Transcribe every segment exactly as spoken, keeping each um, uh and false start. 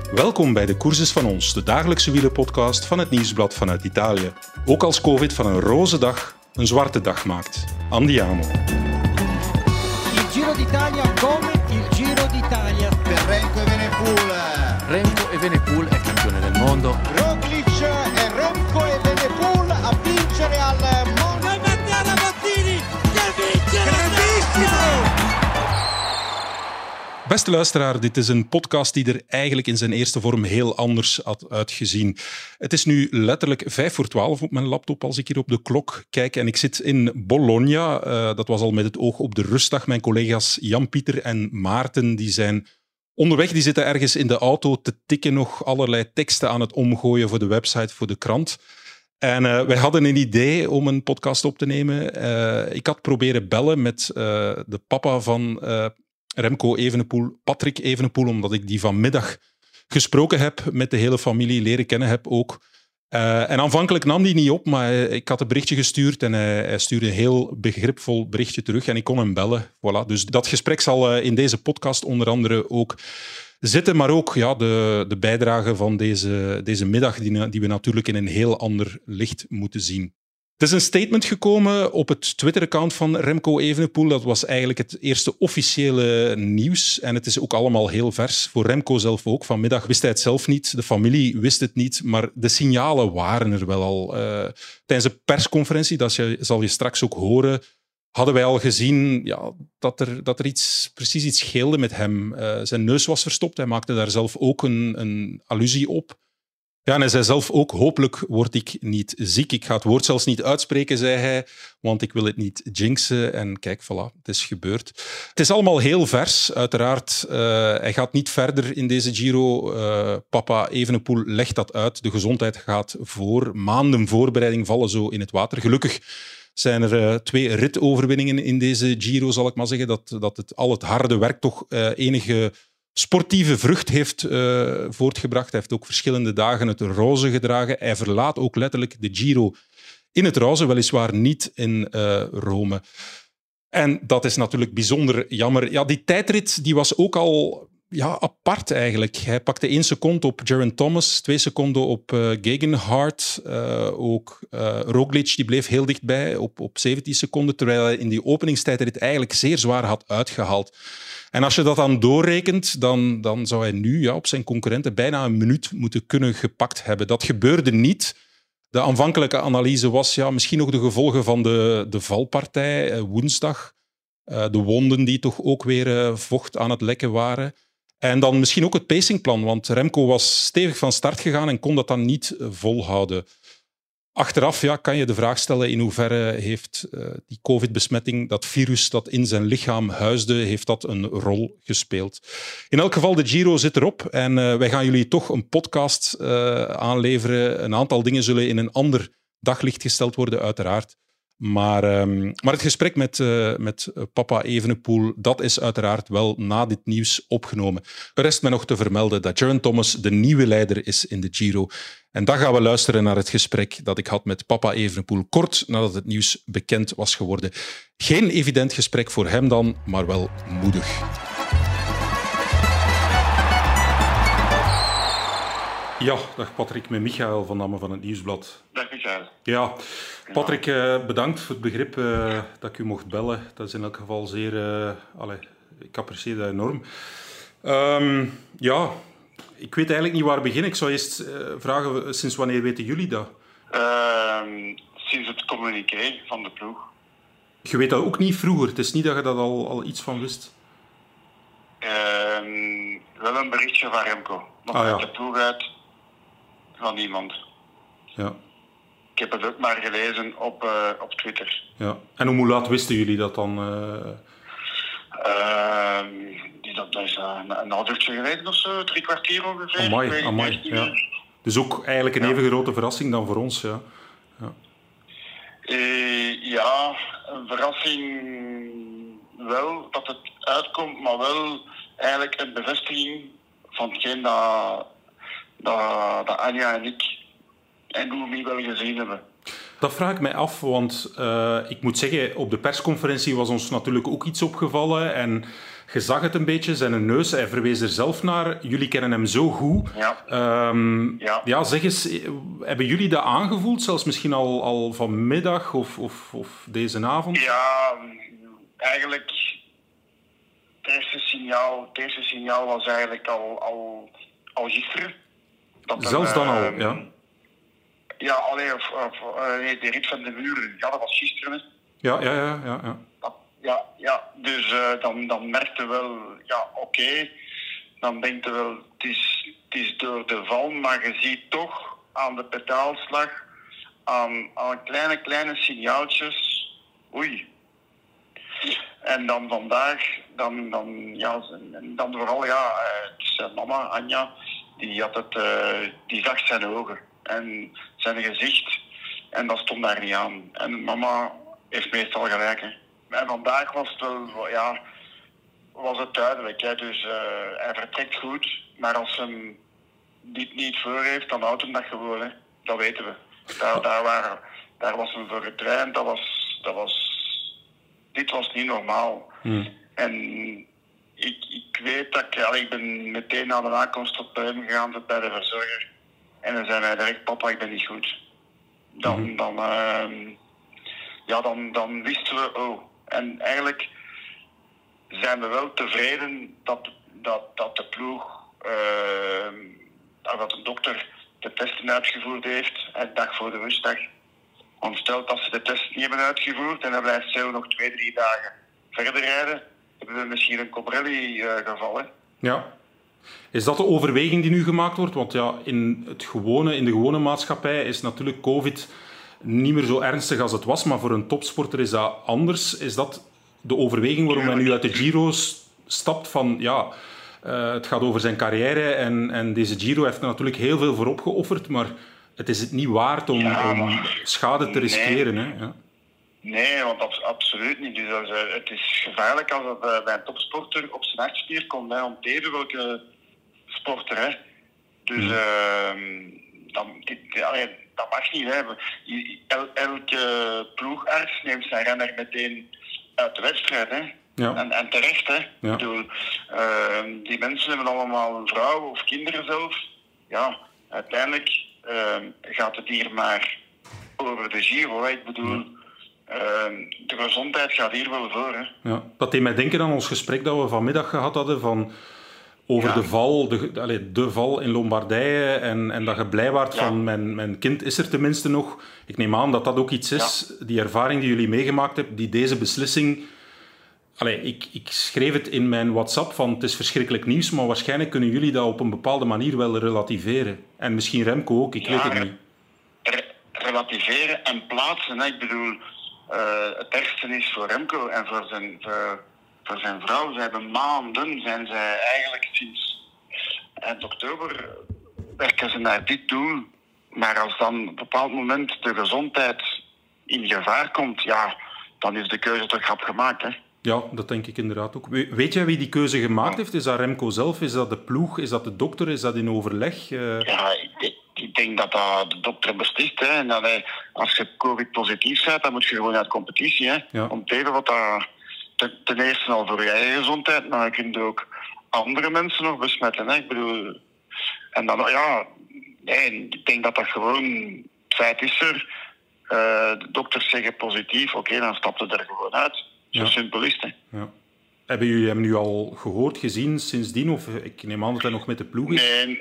Welkom bij De Koers is van ons, de dagelijkse wielerpodcast van het Nieuwsblad vanuit Italië. Ook als COVID van een roze dag een zwarte dag maakt. Andiamo. Il Giro d'Italia come il Giro d'Italia. Per Remco Evenepoel. Remco Evenepoel è campione del mondo. Roglic e Remco Evenepoel a vincere al mondo. E Mattia Bottini che vince grandissimo! Beste luisteraar, dit is een podcast die er eigenlijk in zijn eerste vorm heel anders had uitgezien. Het is nu letterlijk vijf voor twaalf op mijn laptop als ik hier op de klok kijk en ik zit in Bologna. Uh, dat was al met het oog op de rustdag. Mijn collega's Jan-Pieter en Maarten die zijn onderweg. Die zitten ergens in de auto te tikken, nog allerlei teksten aan het omgooien voor de website, voor de krant. En uh, wij hadden een idee om een podcast op te nemen. Uh, ik had proberen bellen met uh, de papa van Uh, Remco Evenepoel, Patrick Evenepoel, omdat ik die vanmiddag gesproken heb met de hele familie, leren kennen heb ook. Uh, en aanvankelijk nam hij niet op, maar ik had een berichtje gestuurd en hij, hij stuurde een heel begripvol berichtje terug en ik kon hem bellen. Voilà. Dus dat gesprek zal uh, in deze podcast onder andere ook zitten, maar ook ja, de, de bijdrage van deze, deze middag die, die we natuurlijk in een heel ander licht moeten zien. Het is een statement gekomen op het Twitter-account van Remco Evenepoel. Dat was eigenlijk het eerste officiële nieuws. En het is ook allemaal heel vers. Voor Remco zelf ook. Vanmiddag wist hij het zelf niet. De familie wist het niet. Maar de signalen waren er wel al. Uh, tijdens de persconferentie, dat je, zal je straks ook horen, hadden wij al gezien ja, dat, er, dat er iets, precies iets scheelde met hem. Uh, zijn neus was verstopt. Hij maakte daar zelf ook een, een allusie op. Ja, en hij zei zelf ook, hopelijk word ik niet ziek. Ik ga het woord zelfs niet uitspreken, zei hij, want ik wil het niet jinxen. En kijk, voilà, het is gebeurd. Het is allemaal heel vers, uiteraard. Uh, hij gaat niet verder in deze Giro. Uh, papa Evenepoel legt dat uit. De gezondheid gaat voor. Maanden voorbereiding vallen zo in het water. Gelukkig zijn er uh, twee ritoverwinningen in deze Giro, zal ik maar zeggen. Dat, dat het, al het harde werk toch uh, enige sportieve vrucht heeft uh, voortgebracht. Hij heeft ook verschillende dagen het roze gedragen. Hij verlaat ook letterlijk de Giro in het roze, weliswaar niet in uh, Rome. En dat is natuurlijk bijzonder jammer. Ja, die tijdrit die was ook al ja, apart eigenlijk. Hij pakte één seconde op Geraint Thomas, twee seconden op uh, Gegenhardt. Uh, ook uh, Roglic die bleef heel dichtbij op, op zeventien seconden, terwijl hij in die openingstijdrit eigenlijk zeer zwaar had uitgehaald. En als je dat dan doorrekent, dan, dan zou hij nu ja, op zijn concurrenten bijna een minuut moeten kunnen gepakt hebben. Dat gebeurde niet. De aanvankelijke analyse was ja, misschien nog de gevolgen van de, de valpartij uh, woensdag. Uh, de wonden die toch ook weer uh, vocht aan het lekken waren. En dan misschien ook het pacingplan, want Remco was stevig van start gegaan en kon dat dan niet uh, volhouden. Achteraf ja, kan je de vraag stellen in hoeverre heeft uh, die covid-besmetting, dat virus dat in zijn lichaam huisde, heeft dat een rol gespeeld. In elk geval, de Giro zit erop en uh, wij gaan jullie toch een podcast uh, aanleveren. Een aantal dingen zullen in een ander daglicht gesteld worden, uiteraard. Maar, um, maar het gesprek met, uh, met papa Evenepoel, dat is uiteraard wel na dit nieuws opgenomen. Er rest mij nog te vermelden dat Geraint Thomas de nieuwe leider is in de Giro. En dan gaan we luisteren naar het gesprek dat ik had met papa Evenepoel kort nadat het nieuws bekend was geworden. Geen evident gesprek voor hem dan, maar wel moedig. Ja, dag Patrick, met Michael van Damme van het Nieuwsblad. Dag Michael. Ja, Patrick, uh, bedankt voor het begrip uh, dat ik u mocht bellen. Dat is in elk geval zeer... Uh, allez, ik apprecieer dat enorm. Um, ja, ik weet eigenlijk niet waar beginnen. Ik zou eerst uh, vragen, sinds wanneer weten jullie dat? Uh, sinds het communiqué van de ploeg. Je weet dat ook niet vroeger? Het is niet dat je dat al, al iets van wist? Uh, wel een berichtje van Remco. Maar ah, ja. de ploeg uit van niemand. Ja. Ik heb het ook maar gelezen op, uh, op Twitter. Ja. En hoe laat wisten jullie dat dan? Uh... Uh, dat, dat is uh, een half uurtje geleden of zo, drie kwartier ongeveer. Amai, amai, ja. Dus ook eigenlijk een ja. even grote verrassing dan voor ons, ja. Ja, uh, ja een verrassing wel dat het uitkomt, maar wel eigenlijk een bevestiging van hetgeen dat, dat, dat Anja en ik en Noemi wel gezien hebben. Dat vraag ik mij af, want uh, ik moet zeggen, op de persconferentie was ons natuurlijk ook iets opgevallen. En je zag het een beetje, zijn neus, hij verwees er zelf naar. Jullie kennen hem zo goed. Ja. Um, ja. ja, zeg eens, hebben jullie dat aangevoeld? Zelfs misschien al, al vanmiddag of, of, of deze avond? Ja, eigenlijk... Het eerste signaal, het eerste signaal was eigenlijk al, al, al gisteren. Dat Zelfs er, dan al, uh, ja? Ja, alleen, of, of, uh, nee, de rit van de muren, ja, dat was gisteren. Hè. Ja, ja, ja. ja, ja. Dat, ja, ja, dus uh, dan, dan merkte wel, ja, oké. Okay. Dan denkt je wel, het is, het is door de val, maar je ziet toch aan de pedaalslag, aan, aan kleine, kleine signaaltjes, oei. En dan vandaag, dan, dan, ja, dan vooral, ja, zijn mama, Anja, die, had het, uh, die zag zijn ogen en zijn gezicht en dat stond daar niet aan. En mama heeft meestal gelijk. Hè. En vandaag was het wel, ja, was het duidelijk. Hè. Dus uh, hij vertrekt goed, maar als hij dit niet voor heeft, dan houdt hem dat gewoon. Hè. Dat weten we. Daar, daar, waren, daar was hem voor getraind, dat was... Dat was dit was niet normaal. Hmm. En ik, ik weet dat ik... Allee, ik ben meteen na de aankomst op hem gegaan bij de verzorger. En dan zei hij direct, papa, ik ben niet goed. Dan, hmm. dan, uh, ja, dan, dan wisten we, oh. En eigenlijk zijn we wel tevreden dat, dat, dat de ploeg... Uh, dat de dokter de testen uitgevoerd heeft, de dag voor de rustdag. Want stel dat ze de test niet hebben uitgevoerd en dan blijft Theo nog twee, drie dagen verder rijden, hebben we misschien een Cobrelli-geval. Uh, ja. Is dat de overweging die nu gemaakt wordt? Want ja, in, het gewone, in de gewone maatschappij is natuurlijk COVID niet meer zo ernstig als het was, maar voor een topsporter is dat anders. Is dat de overweging waarom hij nu uit de Giro stapt van... Ja, uh, het gaat over zijn carrière en, en deze Giro heeft er natuurlijk heel veel voor opgeofferd, maar... Het is het niet waard om, ja, om schade te riskeren. Nee, hè? Ja. Nee, want ab- absoluut niet. Dus dat is, uh, het is gevaarlijk als het uh, bij een topsporter op zijn hartspier komt. Hè, om te even welke sporter. Hè. Dus mm. uh, dan, dit, allee, dat mag niet. Hè. El, elke ploegarts neemt zijn renner meteen uit de wedstrijd. Hè. Ja. En, en terecht. Hè. Ja. Ik bedoel, uh, die mensen hebben allemaal een vrouw of kinderen zelf. Ja, uiteindelijk... Uh, gaat het hier maar over de Giro. Hè. Ik bedoel, uh, de gezondheid gaat hier wel voor. Hè. Ja, dat deed mij denken aan ons gesprek dat we vanmiddag gehad hadden van over ja. de val, de, allez, de val in Lombardije en, en dat je blij waart ja. van mijn, mijn kind is er tenminste nog. Ik neem aan dat dat ook iets is, ja. die ervaring die jullie meegemaakt hebben, die deze beslissing... Allee, ik, ik schreef het in mijn WhatsApp van het is verschrikkelijk nieuws, maar waarschijnlijk kunnen jullie dat op een bepaalde manier wel relativeren. En misschien Remco ook, ik ja, weet het niet. Re- relativeren en plaatsen. Hè. Ik bedoel, uh, het ergste is voor Remco en voor zijn, voor, voor zijn vrouw. Ze hebben maanden, zijn zij eigenlijk sinds eind oktober, werken ze naar dit doel. Maar als dan op een bepaald moment de gezondheid in gevaar komt, ja, dan is de keuze toch grap gemaakt, hè. Ja, dat denk ik inderdaad ook. Weet jij wie die keuze gemaakt heeft? Is dat Remco zelf? Is dat de ploeg? Is dat de dokter? Is dat in overleg? Uh... Ja, ik, ik denk dat dat de dokter beslist. Hè. En dat hij, als je covid-positief bent, dan moet je gewoon uit competitie. Hè. Ja. Om te even wat dat... Ten, ten eerste al voor je eigen gezondheid, maar je kunt ook andere mensen nog besmetten. Hè. Ik bedoel... En dan, ja... Nee, ik denk dat dat gewoon... Het feit is er. Uh, de dokters zeggen positief. Oké, okay, dan stapt het er gewoon uit. Zo ja. simpel is het. Ja. Hebben jullie hem nu al gehoord, gezien sindsdien? Of ik neem aan dat hij nog met de ploeg is? Nee,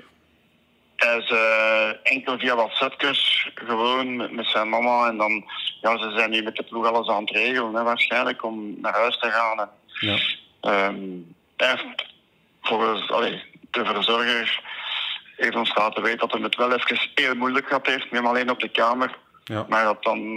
hij is uh, enkel via WhatsAppjes, gewoon met, met zijn mama. En dan, ja, ze zijn nu met de ploeg alles aan het regelen, hè, waarschijnlijk, om naar huis te gaan. En, ja. um, hij heeft volgens allee, de verzorger heeft ons laten weten dat hij het wel even heel moeilijk gehad heeft, niet alleen op de kamer. Ja. Maar dat dan,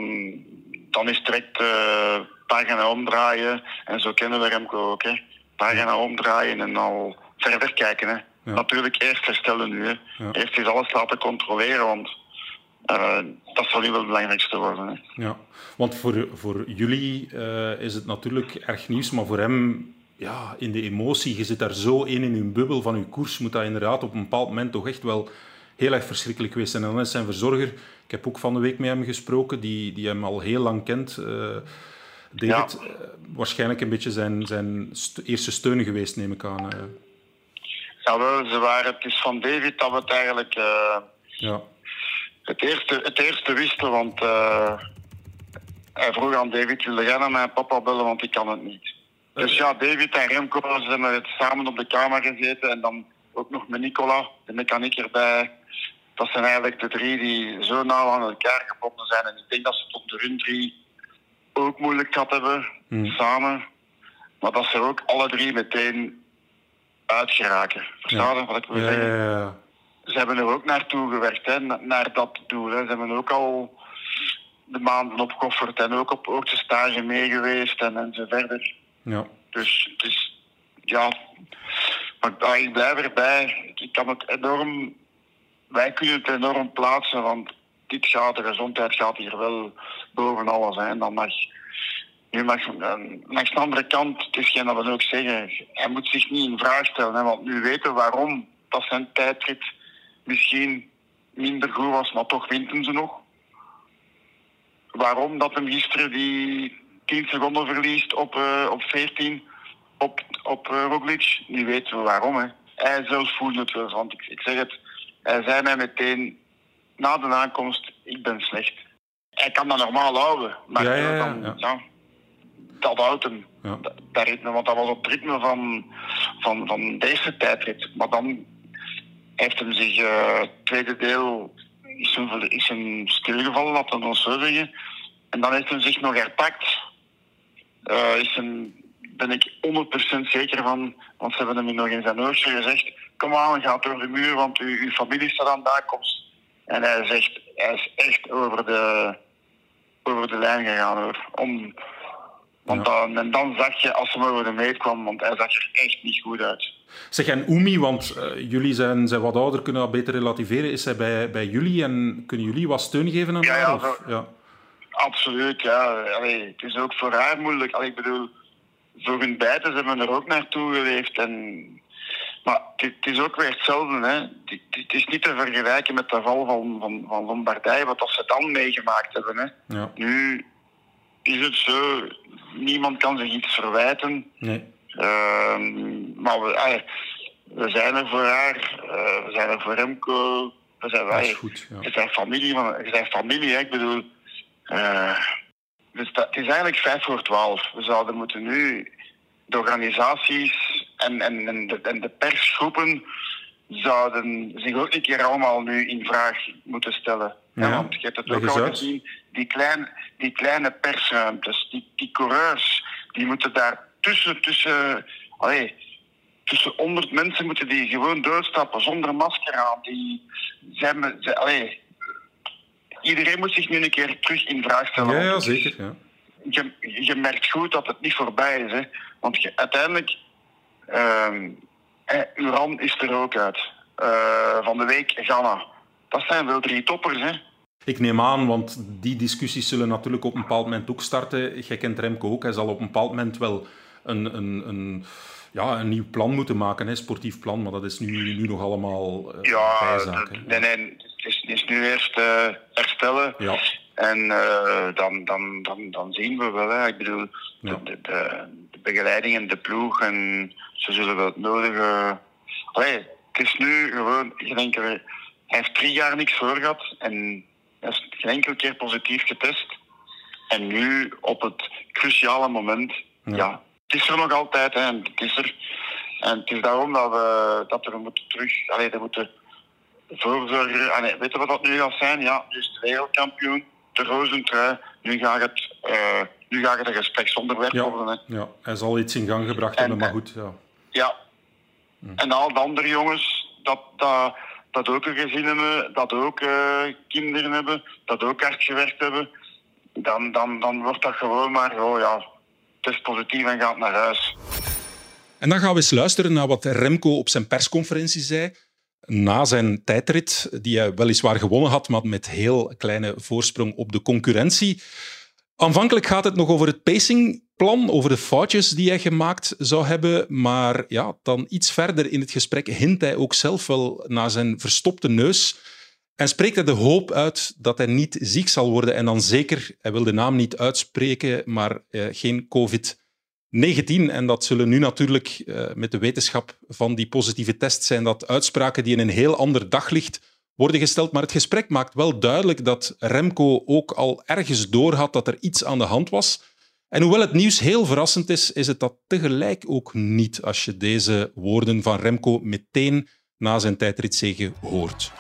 dan is direct... Uh, pagina omdraaien. En zo kennen we Remco ook. Hè. Pagina omdraaien en al verder kijken. Hè. Ja. Natuurlijk eerst herstellen nu. Hè. Ja. Eerst eens alles laten controleren, want uh, dat zal nu wel het belangrijkste worden. Hè. Ja, want voor, voor jullie uh, is het natuurlijk erg nieuws, maar voor hem, ja, in de emotie, je zit daar zo in in je bubbel van je koers, moet dat inderdaad op een bepaald moment toch echt wel heel erg verschrikkelijk geweest zijn. En dan is zijn verzorger, ik heb ook van de week met hem gesproken, die, die hem al heel lang kent... Uh, David, Ja. uh, waarschijnlijk een beetje zijn, zijn st- eerste steun geweest, neem ik aan. Uh. Jawel, ze waren, het is van David dat we het eigenlijk uh, ja. het, eerste, het eerste wisten, want uh, hij vroeg aan David, wilde jij naar mijn papa bellen, want ik kan het niet. Uh. Dus ja, David en Remco, ze hebben het samen op de kamer gezeten en dan ook nog met Nicola, de mechanieker bij. Dat zijn eigenlijk de drie die zo nauw aan elkaar gebonden zijn. En ik denk dat ze tot de hun drie ook moeilijk gehad hebben, hmm. samen. Maar dat ze ook alle drie meteen uitgeraken. Verstaan je ja. wat ik wil ja, zeggen? Ja, ja. Ze hebben er ook naartoe gewerkt, hè, naar dat doel. Hè. Ze hebben ook al de maanden opgeofferd en ook op ook de stage mee geweest en, en zo verder. Ja. Dus het is, ja... Maar ik blijf erbij. Ik kan het enorm... Wij kunnen het enorm plaatsen, want dit gaat, de gezondheid gaat hier wel boven alles. Hè. En dan mag, nu mag, langs de andere kant, het is geen dat we ook zeggen, hij moet zich niet in vraag stellen. Hè, want nu weten we waarom dat zijn tijdrit misschien minder goed was, maar toch wint hem ze nog. Waarom dat hem gisteren die tien seconden verliest op, uh, op veertien op, op uh, Roglic, nu weten we waarom. Hè. Hij zelf voelde het wel, want ik, ik zeg het, hij zei mij meteen na de aankomst, ik ben slecht. Hij kan dat normaal houden, maar ja, ja, ja, dan, ja. Ja, dat houdt hem. Ja. Dat, dat ritme, want dat was op het ritme van, van, van de eerste tijdrit. Maar dan heeft hem zich, uh, het tweede deel, is hem, is hem stilgevallen, laten we ons zo zeggen. En dan heeft hij zich nog herpakt. Uh, is hem, ben ik honderd procent zeker van, want ze hebben hem nog in zijn oortje gezegd, kom aan, ga door de muur, want uw, uw familie staat aan de aankomst. En hij zegt, hij is echt over de, over de lijn gegaan, hoor. Om, want ja. dan, en dan zag je, als hij over de meet kwam, want hij zag er echt niet goed uit. Zeg, en Oemi, want uh, jullie zijn, zijn wat ouder, kunnen dat beter relativeren. Is hij bij, bij jullie en kunnen jullie wat steun geven aan ja, haar? Ja, of? voor, ja, absoluut, ja. Allee, het is ook voor haar moeilijk. Allee, ik bedoel, voor hun beiden zijn we er ook naartoe geleefd. En... Maar het is ook weer hetzelfde. Hè. Het is niet te vergelijken met de val van, van, van Lombardije, wat dat ze dan meegemaakt hebben. Hè. Ja. Nu is het zo, niemand kan zich iets verwijten. Nee. Uh, maar we, allee, we zijn er voor haar, uh, we zijn er voor Remco. We zijn, dat is goed, ja. We zijn familie, van, we zijn familie, hè. Ik bedoel... Uh, dus dat, het is eigenlijk vijf voor twaalf. We zouden moeten nu de organisaties en, en, en, de, en de persgroepen zouden zich ook een keer allemaal nu in vraag moeten stellen. Ja, ja, want je hebt het ook al gezien, die, klein, die kleine persruimtes, die, die coureurs, die moeten daar tussen, tussen, allez, tussen honderd mensen moeten die gewoon doorstappen zonder masker aan. Die zijn, ze, allez, iedereen moet zich nu een keer terug in vraag stellen. Ja, ja zeker. Ja. Je, je merkt goed dat het niet voorbij is. Hè. Want je, uiteindelijk... Uh, Uran is er ook uit. Uh, van de week Ghana. Dat zijn wel drie toppers, hè. Ik neem aan, want die discussies zullen natuurlijk op een bepaald moment ook starten. Jij kent Remco ook. Hij zal op een bepaald moment wel een, een, een, ja, een nieuw plan moeten maken, een sportief plan. Maar dat is nu, nu nog allemaal uh, ja, bijzaak. Nee, nee. Het is, het is nu eerst uh, herstellen. Ja. En uh, dan, dan, dan, dan zien we wel. Hè. Ik bedoel, ja. de, de, de begeleiding en de ploeg. En ze zullen wel het nodige... Allee, het is nu gewoon... Geen enkele, hij heeft drie jaar niks voor gehad. En hij is geen enkele keer positief getest. En nu, op het cruciale moment... Ja, ja het is er nog altijd. Hè, en het is er. En het is daarom dat we, dat we moeten terug... Allee, we moeten voorzorgen... Allee, weet je wat dat nu gaat zijn? Ja, nu is de wereldkampioen. De rozentrui. Nu gaat het... Uh, Nu gaat het een gespreksonderwerp ja, worden. Hè. Ja, hij zal iets in gang gebracht en, hebben, maar goed. Ja. ja. Hm. En al de andere jongens, dat, dat, dat ook een gezin hebben, dat ook uh, kinderen hebben, dat ook hard gewerkt hebben, dan, dan, dan wordt dat gewoon maar, oh ja, het is positief en gaat naar huis. En dan gaan we eens luisteren naar wat Remco op zijn persconferentie zei. Na zijn tijdrit, die hij weliswaar gewonnen had, maar met heel kleine voorsprong op de concurrentie. Aanvankelijk gaat het nog over het pacingplan, over de foutjes die hij gemaakt zou hebben. Maar ja, dan iets verder in het gesprek hint hij ook zelf wel naar zijn verstopte neus En spreekt hij de hoop uit dat hij niet ziek zal worden. En dan zeker, hij wil de naam niet uitspreken, maar uh, geen covid negentien. En dat zullen nu natuurlijk uh, met de wetenschap van die positieve test zijn dat uitspraken die in een heel ander daglicht worden gesteld. Maar het gesprek maakt wel duidelijk dat Remco ook al ergens doorhad dat er iets aan de hand was. En hoewel het nieuws heel verrassend is, is het dat tegelijk ook niet als je deze woorden van Remco meteen na zijn tijdritzege hoort.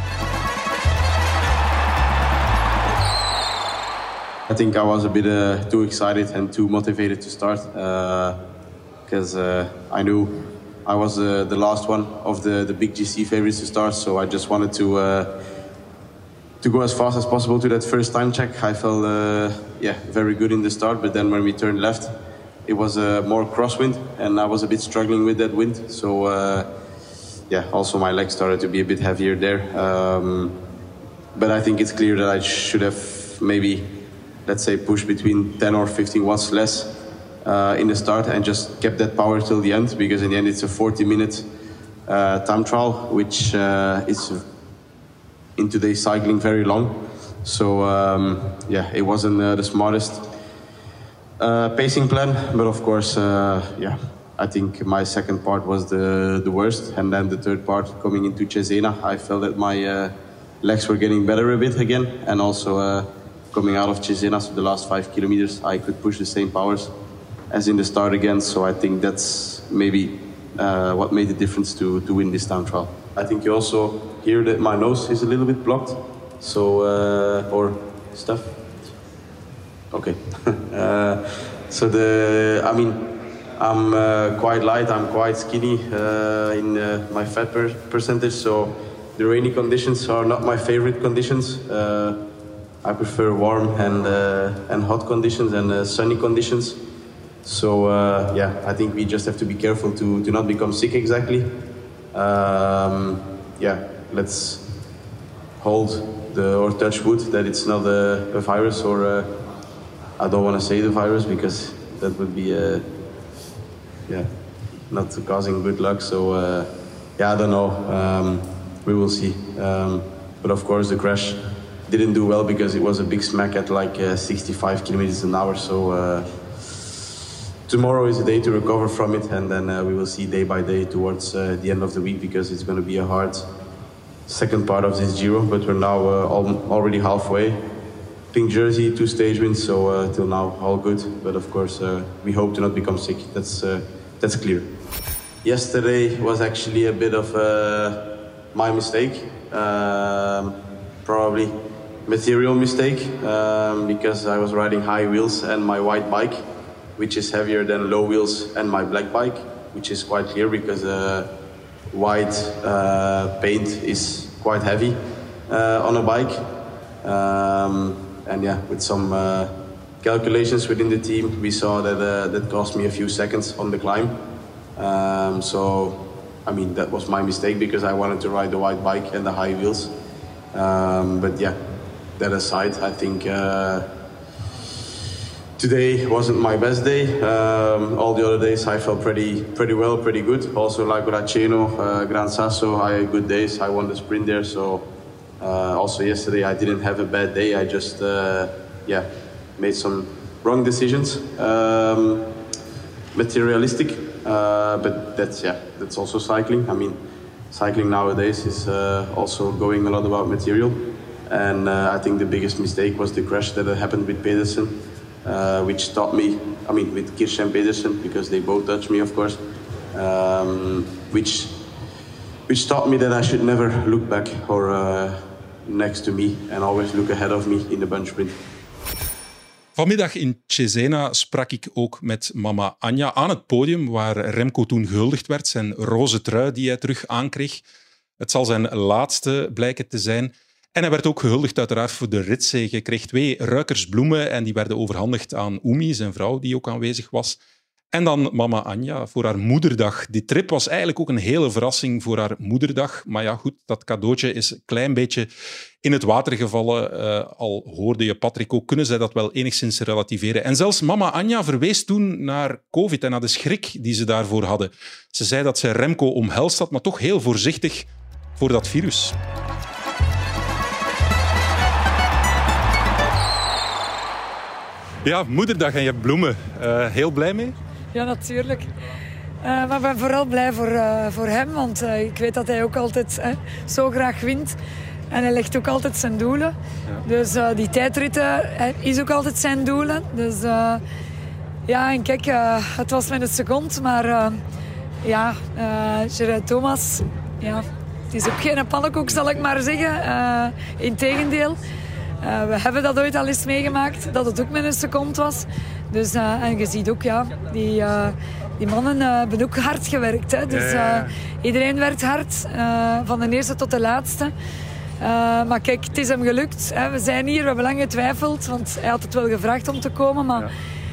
I think I was a bit uh, too excited and too motivated to start because uh, uh, I knew I was uh, the last one of the, the big G C favorites to start, so I just wanted to uh, to go as fast as possible to that first time check. I felt uh, yeah very good in the start, but then when we turned left, it was uh, more crosswind, and I was a bit struggling with that wind. So uh, yeah, also my legs started to be a bit heavier there. Um, but I think it's clear that I should have maybe, let's say, pushed between ten or fifteen watts less uh, in the start and just kept that power till the end, because in the end it's a forty minute uh, time trial, which uh, is in today's cycling very long. So um, yeah, it wasn't uh, the smartest uh, pacing plan, but of course, uh, yeah, I think my second part was the, the worst, and then the third part coming into Cesena, I felt that my uh, legs were getting better a bit again, and also uh, coming out of Cesena, so the last five kilometers, I could push the same powers as in the start again. So I think that's maybe uh, what made the difference to, to win this time trial. I think you also hear that my nose is a little bit blocked, so uh, or stuff. Okay. uh, so the, I mean, I'm uh, quite light. I'm quite skinny uh, in uh, my fat per- percentage. So the rainy conditions are not my favorite conditions. Uh, I prefer warm and uh, and hot conditions and uh, sunny conditions. So uh, yeah, I think we just have to be careful to to not become sick exactly. Um, yeah, let's hold the or touch wood that it's not a, a virus, or a, I don't want to say the virus because that would be a, yeah, not causing good luck. So uh, yeah, I don't know. Um, we will see. Um, but of course, the crash didn't do well because it was a big smack at like uh, sixty-five kilometers an hour. So uh, tomorrow is a day to recover from it, and then uh, we will see day by day towards uh, the end of the week, because it's going to be a hard second part of this Giro. But we're now uh, al- already halfway. Pink jersey, two stage wins, so uh, till now all good. But of course, uh, we hope to not become sick. That's uh, that's clear. Yesterday was actually a bit of uh, my mistake, um, probably material mistake, um, because I was riding high wheels and my white bike, which is heavier than low wheels and my black bike, which is quite clear because uh, white uh, paint is quite heavy uh, on a bike. Um, and yeah, with some uh, calculations within the team, we saw that uh, that cost me a few seconds on the climb. Um, so, I mean, that was my mistake because I wanted to ride the white bike and the high wheels. Um, but yeah, that aside, I think uh, today wasn't my best day. Um, all the other days I felt pretty pretty well, pretty good. Also like Graceno, uh, Gran Sasso, I had good days. I won the sprint there. So uh, also yesterday I didn't have a bad day. I just uh, yeah made some wrong decisions, um, materialistic. Uh, but that's yeah that's also cycling. I mean, cycling nowadays is uh, also going a lot about material. And uh, I think the biggest mistake was the crash that happened with Pedersen. Uh, which taught me, I mean, with Kirsch and Pedersen, because they both touched me, of course, um, which which taught me that I should never look back or uh, next to me and always look ahead of me in the bunch sprint. Vanmiddag in Cesena sprak ik ook met mama Anja aan het podium waar Remco toen gehuldigd werd, zijn roze trui die hij terug aankreeg. Het zal zijn laatste blijken te zijn. En hij werd ook gehuldigd uiteraard voor de ritzege. Hij kreeg twee ruikersbloemen en die werden overhandigd aan Oemi, zijn vrouw, die ook aanwezig was. En dan mama Anja voor haar moederdag. Die trip was eigenlijk ook een hele verrassing voor haar moederdag. Maar ja, goed, dat cadeautje is een klein beetje in het water gevallen. Uh, al hoorde je Patrick ook, kunnen zij dat wel enigszins relativeren. En zelfs mama Anja verwees toen naar COVID en naar de schrik die ze daarvoor hadden. Ze zei dat ze Remco omhelst had, maar toch heel voorzichtig voor dat virus. Ja, moederdag en je hebt bloemen. Uh, heel blij mee? Ja, natuurlijk. Uh, maar ik ben vooral blij voor, uh, voor hem, want uh, ik weet dat hij ook altijd uh, zo graag wint. En hij legt ook altijd zijn doelen. Ja. Dus uh, die tijdritten uh, is ook altijd zijn doelen. Dus uh, ja, en kijk, uh, het was met een seconde, maar uh, ja, uh, Gerard Thomas, ja, het is ook geen pannenkoek, zal ik maar zeggen. Uh, Integendeel. Uh, we hebben dat ooit al eens meegemaakt, dat het ook met een seconde was. Dus, uh, en je ziet ook, ja, die, uh, die mannen uh, hebben ook hard gewerkt. Hè. Dus uh, iedereen werkt hard, uh, van de eerste tot de laatste. Uh, maar kijk, het is hem gelukt. Hè. We zijn hier, we hebben lang getwijfeld, want hij had het wel gevraagd om te komen. Maar ja.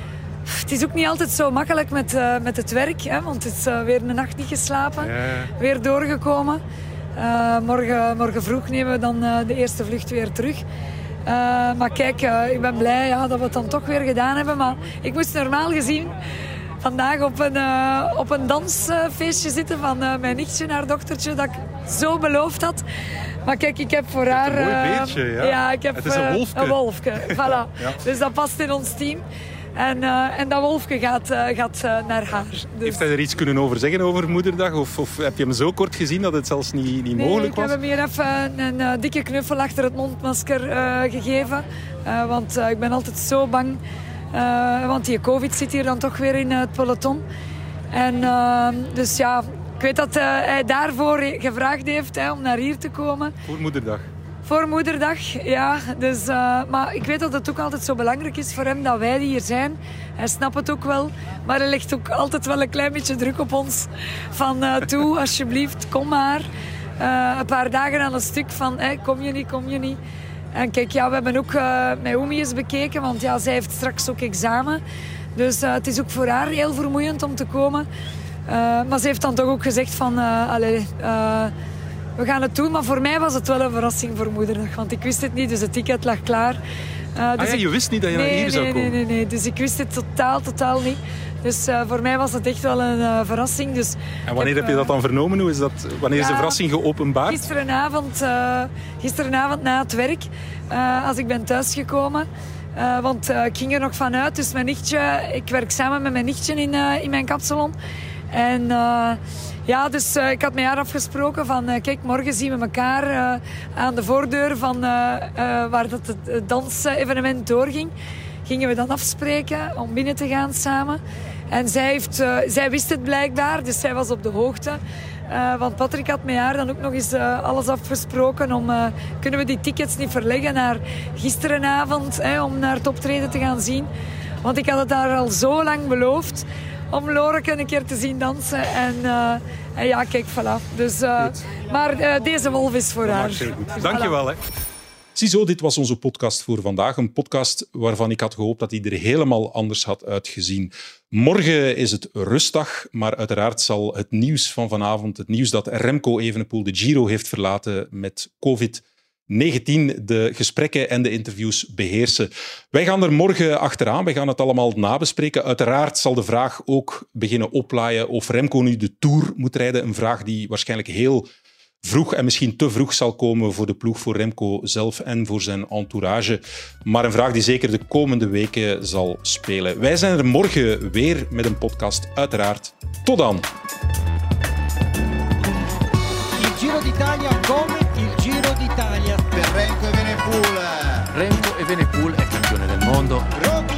Het is ook niet altijd zo makkelijk met, uh, met het werk. Hè, want het is uh, weer een nacht niet geslapen, ja. weer doorgekomen. Uh, morgen, morgen vroeg nemen we dan uh, de eerste vlucht weer terug. Uh, maar kijk, uh, ik ben blij ja, dat we het dan toch weer gedaan hebben. Maar ik moest normaal gezien vandaag op een, uh, op een dansfeestje zitten van uh, mijn nichtje, haar dochtertje, dat ik zo beloofd had. Maar kijk, ik heb voor je haar... Een mooi uh, beestje, ja. ja ik heb, het is een wolfje. Uh, een wolfje, voilà. Ja. Dus dat past in ons team. En, uh, en dat wolfje gaat, uh, gaat uh, naar haar. Dus... Heeft hij er iets kunnen over zeggen over Moederdag? Of, of heb je hem zo kort gezien dat het zelfs niet, niet nee, mogelijk was? Ik heb hem hier even een uh, dikke knuffel achter het mondmasker uh, gegeven. Uh, want uh, ik ben altijd zo bang. Uh, want die COVID zit hier dan toch weer in uh, het peloton. En uh, dus ja, ik weet dat uh, hij daarvoor gevraagd heeft hè, om naar hier te komen. Voor Moederdag. Voor Moederdag, ja. Dus, uh, maar ik weet dat het ook altijd zo belangrijk is voor hem dat wij hier zijn. Hij snapt het ook wel. Maar hij legt ook altijd wel een klein beetje druk op ons. Van uh, toe, alsjeblieft, kom maar. Uh, een paar dagen aan een stuk van, hey, kom je niet, kom je niet. En kijk, ja, we hebben ook uh, met Oemi eens bekeken. Want ja, zij heeft straks ook examen. Dus uh, het is ook voor haar heel vermoeiend om te komen. Uh, maar ze heeft dan toch ook gezegd van... Uh, allez, uh, we gaan het doen, maar voor mij was het wel een verrassing voor Moederdag. Want ik wist het niet, dus het ticket lag klaar. Uh, dus ah ja, ik... je wist niet dat je nee, naar hier nee, zou komen? Nee, nee, nee. Dus ik wist het totaal, totaal niet. Dus uh, voor mij was het echt wel een uh, verrassing. Dus en wanneer heb, heb je dat dan vernomen? Hoe is dat, wanneer ja, is de verrassing geopenbaard? Gisterenavond, uh, gisterenavond na het werk, uh, als ik ben thuisgekomen. Uh, want uh, ik ging er nog vanuit. Dus mijn nichtje, ik werk samen met mijn nichtje in, uh, in mijn kapsalon. En... Uh, Ja, dus uh, ik had met haar afgesproken van... Uh, kijk, morgen zien we elkaar uh, aan de voordeur van uh, uh, waar dat het dansevenement doorging. Gingen we dan afspreken om binnen te gaan samen. En zij, heeft, uh, zij wist het blijkbaar, dus zij was op de hoogte. Uh, want Patrick had met haar dan ook nog eens uh, alles afgesproken om... Uh, kunnen we die tickets niet verleggen naar gisterenavond, hè, om naar het optreden te gaan zien. Want ik had het haar al zo lang beloofd... om Loreke een keer te zien dansen. En, uh, en ja, kijk, voilà. Dus, uh, maar uh, deze wolf is voor dat haar. Dus dank je wel. Hè. Ziezo, dit was onze podcast voor vandaag. Een podcast waarvan ik had gehoopt dat hij er helemaal anders had uitgezien. Morgen is het rustdag, maar uiteraard zal het nieuws van vanavond, het nieuws dat Remco Evenepoel de Giro heeft verlaten met covid negentien, de gesprekken en de interviews beheersen. Wij gaan er morgen achteraan. Wij gaan het allemaal nabespreken. Uiteraard zal de vraag ook beginnen oplaaien of Remco nu de Tour moet rijden. Een vraag die waarschijnlijk heel vroeg en misschien te vroeg zal komen voor de ploeg, voor Remco zelf en voor zijn entourage. Maar een vraag die zeker de komende weken zal spelen. Wij zijn er morgen weer met een podcast, uiteraard. Tot dan! Il Giro d'Italia come il Giro d'Italia. Per Remco Evenepoel. Remco Evenepoel è campione del mondo. Rocky